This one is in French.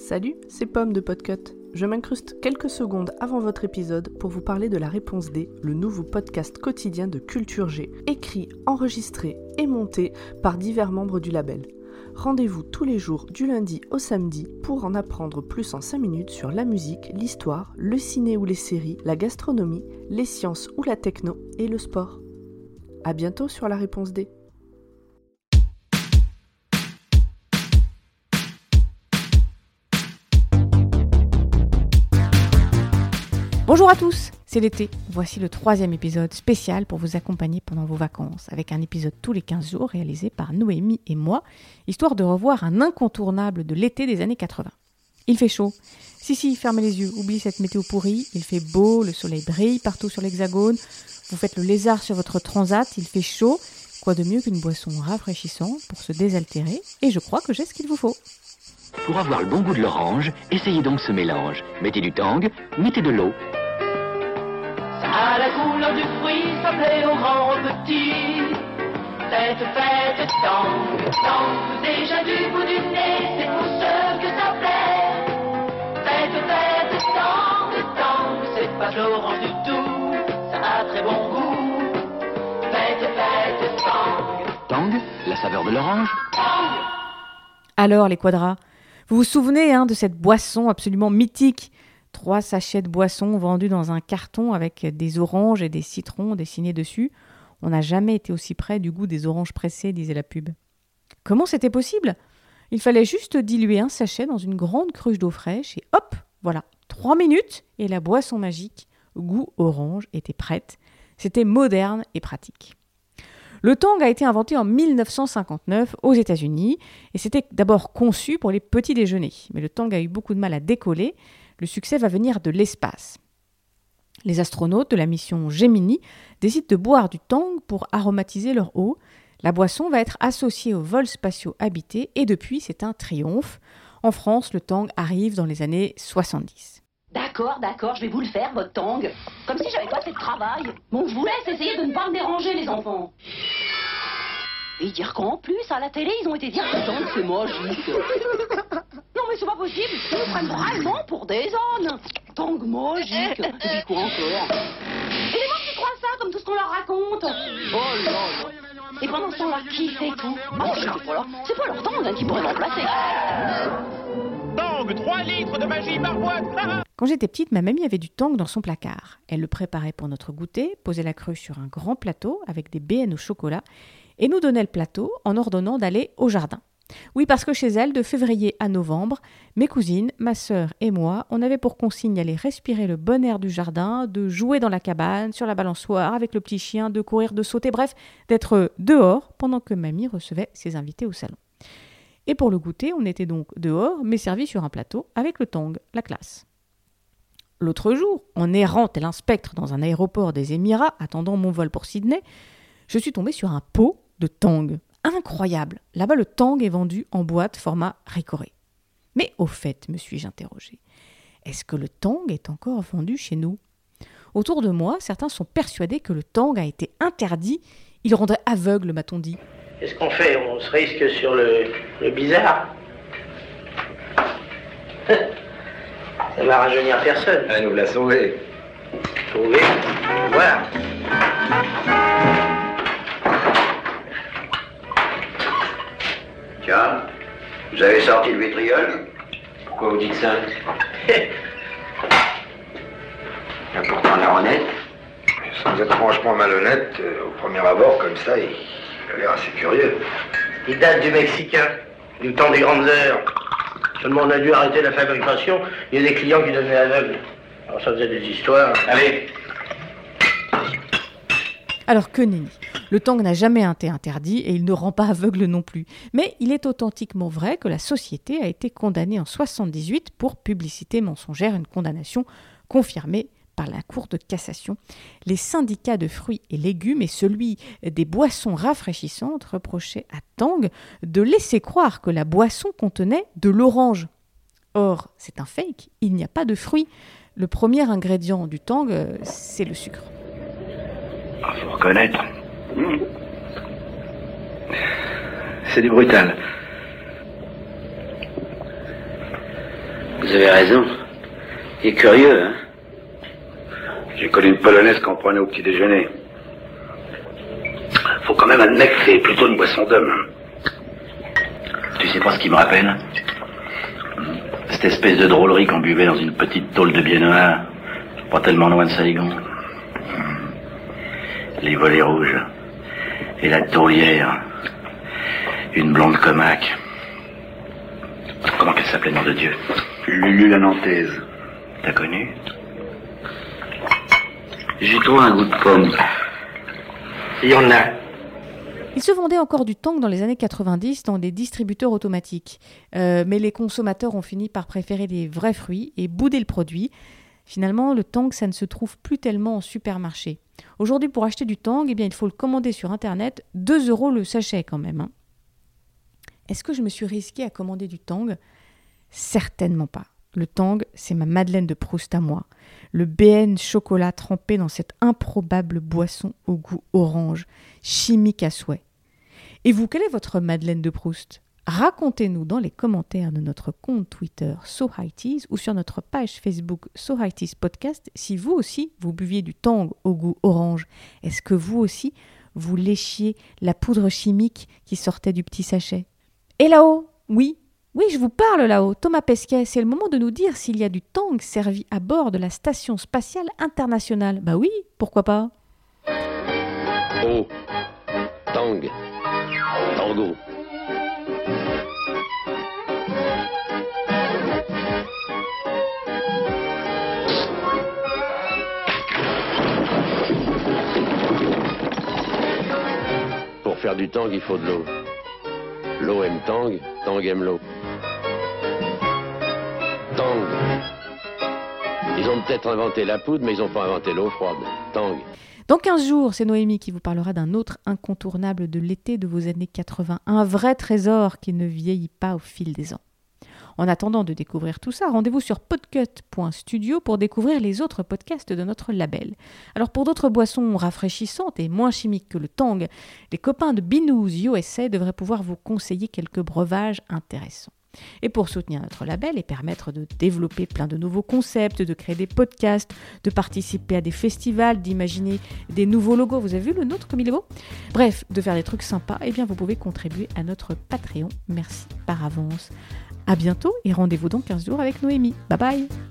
Salut, c'est Pomme de Podcut. Je m'incruste quelques secondes avant votre épisode pour vous parler de La Réponse D, le nouveau podcast quotidien de Culture G, écrit, enregistré et monté par divers membres du label. Rendez-vous tous les jours du lundi au samedi pour en apprendre plus en 5 minutes sur la musique, l'histoire, le ciné ou les séries, la gastronomie, les sciences ou la techno et le sport. À bientôt sur La Réponse D. Bonjour à tous, c'est l'été. Voici le 3e épisode spécial pour vous accompagner pendant vos vacances, avec un épisode tous les 15 jours réalisé par Noémie et moi, histoire de revoir un incontournable de l'été des années 80. Il fait chaud. Si, fermez les yeux, oubliez cette météo pourrie. Il fait beau, le soleil brille partout sur l'hexagone. Vous faites le lézard sur votre transat, il fait chaud. Quoi de mieux qu'une boisson rafraîchissante pour se désaltérer? Et je crois que j'ai ce qu'il vous faut. Pour avoir le bon goût de l'orange, essayez donc ce mélange. Mettez du tang, mettez de l'eau. À la couleur du fruit, ça plaît aux grands, aux petits. Faites, tang, déjà du bout du nez, c'est pour ceux que ça plaît. Faites, tang, c'est pas de l'orange du tout, ça a très bon goût. Faites, tang. Tang, la saveur de l'orange. Tang. Alors les quadras, vous vous souvenez de cette boisson absolument mythique? 3 sachets de boisson vendus dans un carton avec des oranges et des citrons dessinés dessus. On n'a jamais été aussi près du goût des oranges pressées, disait la pub. Comment c'était possible? Il fallait juste diluer un sachet dans une grande cruche d'eau fraîche et hop, voilà, 3 minutes et la boisson magique, goût orange, était prête. C'était moderne et pratique. Le tang a été inventé en 1959 aux États-Unis et c'était d'abord conçu pour les petits déjeuners. Mais le tang a eu beaucoup de mal à décoller. Le succès va venir de l'espace. Les astronautes de la mission Gemini décident de boire du tang pour aromatiser leur eau. La boisson va être associée aux vols spatiaux habités et depuis, c'est un triomphe. En France, le tang arrive dans les années 70. D'accord, je vais vous le faire, votre tang. Comme si j'avais pas fait de travail. Bon, je vous laisse essayer de ne pas me déranger, les enfants. Et dire qu'en plus, à la télé, ils ont été dire que le tang, c'est magique. Non, mais c'est pas possible. Ils me prennent vraiment pour des ânes. Tang magique. Et puis quoi encore? Et les gens qui croient ça, comme tout ce qu'on leur raconte. Oh là là. Et pendant ce temps-là, qui fait tout? Ah, c'est pas là. C'est pas leur tang qui pourrait m'emplacer. Tang, 3 litres de magie par boîte. Quand j'étais petite, ma mamie avait du tang dans son placard. Elle le préparait pour notre goûter, posait la cruche sur un grand plateau avec des BN au chocolat et nous donnait le plateau en ordonnant d'aller au jardin. Oui, parce que chez elle, de février à novembre, mes cousines, ma sœur et moi, on avait pour consigne d'aller respirer le bon air du jardin, de jouer dans la cabane, sur la balançoire, avec le petit chien, de courir, de sauter, bref, d'être dehors pendant que mamie recevait ses invités au salon. Et pour le goûter, on était donc dehors, mais servi sur un plateau avec le tang, la classe. L'autre jour, en errant tel un spectre dans un aéroport des Émirats, attendant mon vol pour Sydney, je suis tombée sur un pot de tang. Incroyable! Là-bas, le tang est vendu en boîte format Ricoré. Mais au fait, me suis-je interrogée, est-ce que le tang est encore vendu chez nous? Autour de moi, certains sont persuadés que le tang a été interdit. Il rendrait aveugle, m'a-t-on dit. Qu'est-ce qu'on fait? On se risque sur le bizarre. Ça va rajeunir personne. Elle nous l'a sauvé. Sauvé? Voilà. Tiens, vous avez sorti le vitriol? Pourquoi vous dites ça? Pourtant l'air honnête. Sans être franchement malhonnête, au premier abord, comme ça, il a l'air assez curieux. Il date du Mexicain, du temps des grandes heures. Seulement on a dû arrêter la fabrication, il y a des clients qui devenaient aveugles. Alors ça faisait des histoires. Allez. Alors que nenni, le tang n'a jamais été interdit et il ne rend pas aveugle non plus. Mais il est authentiquement vrai que la société a été condamnée en 1978 pour publicité mensongère, une condamnation confirmée par la Cour de cassation. Les syndicats de fruits et légumes et celui des boissons rafraîchissantes reprochaient à Tang de laisser croire que la boisson contenait de l'orange. Or, c'est un fake, il n'y a pas de fruits. Le premier ingrédient du Tang, c'est le sucre. Faut reconnaître. C'est du brutal. Vous avez raison. Il est curieux, hein? J'ai connu une polonaise qu'on prenait au petit déjeuner. Faut quand même admettre que c'est plutôt une boisson d'homme. Tu sais pas ce qui me rappelle? Cette espèce de drôlerie qu'on buvait dans une petite tôle de biennois, pas tellement loin de Saigon. Les volets rouges. Et la taulière. Une blonde comaque. Comment qu'elle s'appelait, nom de Dieu? Lulu la Nantaise. T'as connu? J'ai trouvé un goût de pomme. Il y en a. Il se vendait encore du Tang dans les années 90 dans des distributeurs automatiques. Mais les consommateurs ont fini par préférer les vrais fruits et bouder le produit. Finalement, le Tang, ça ne se trouve plus tellement en supermarché. Aujourd'hui, pour acheter du Tang, eh bien, il faut le commander sur Internet. 2 € le sachet quand même. Hein. Est-ce que je me suis risquée à commander du Tang ? Certainement pas. Le Tang, c'est ma Madeleine de Proust à moi. Le BN chocolat trempé dans cette improbable boisson au goût orange, chimique à souhait. Et vous, quelle est votre Madeleine de Proust ? Racontez-nous dans les commentaires de notre compte Twitter So High Teas ou sur notre page Facebook So High Teas Podcast si vous aussi vous buviez du Tang au goût orange. Est-ce que vous aussi vous léchiez la poudre chimique qui sortait du petit sachet ? Et là-haut, oui, je vous parle là-haut, Thomas Pesquet, c'est le moment de nous dire s'il y a du Tang servi à bord de la Station Spatiale Internationale. Bah oui, pourquoi pas ? Oh, Tang, Tango. Pour faire du Tang, il faut de l'eau. L'eau aime Tang, Tang aime l'eau. Tang. Ils ont peut-être inventé la poudre, mais ils n'ont pas inventé l'eau froide. Tang. Dans 15 jours, c'est Noémie qui vous parlera d'un autre incontournable de l'été de vos années 80. Un vrai trésor qui ne vieillit pas au fil des ans. En attendant de découvrir tout ça, rendez-vous sur podcut.studio pour découvrir les autres podcasts de notre label. Alors pour d'autres boissons rafraîchissantes et moins chimiques que le Tang, les copains de Binous USA devraient pouvoir vous conseiller quelques breuvages intéressants. Et pour soutenir notre label et permettre de développer plein de nouveaux concepts, de créer des podcasts, de participer à des festivals, d'imaginer des nouveaux logos, vous avez vu le nôtre comme il est beau ? Bref, de faire des trucs sympas, eh bien vous pouvez contribuer à notre Patreon. Merci par avance. À bientôt et rendez-vous dans 15 jours avec Noémie. Bye bye.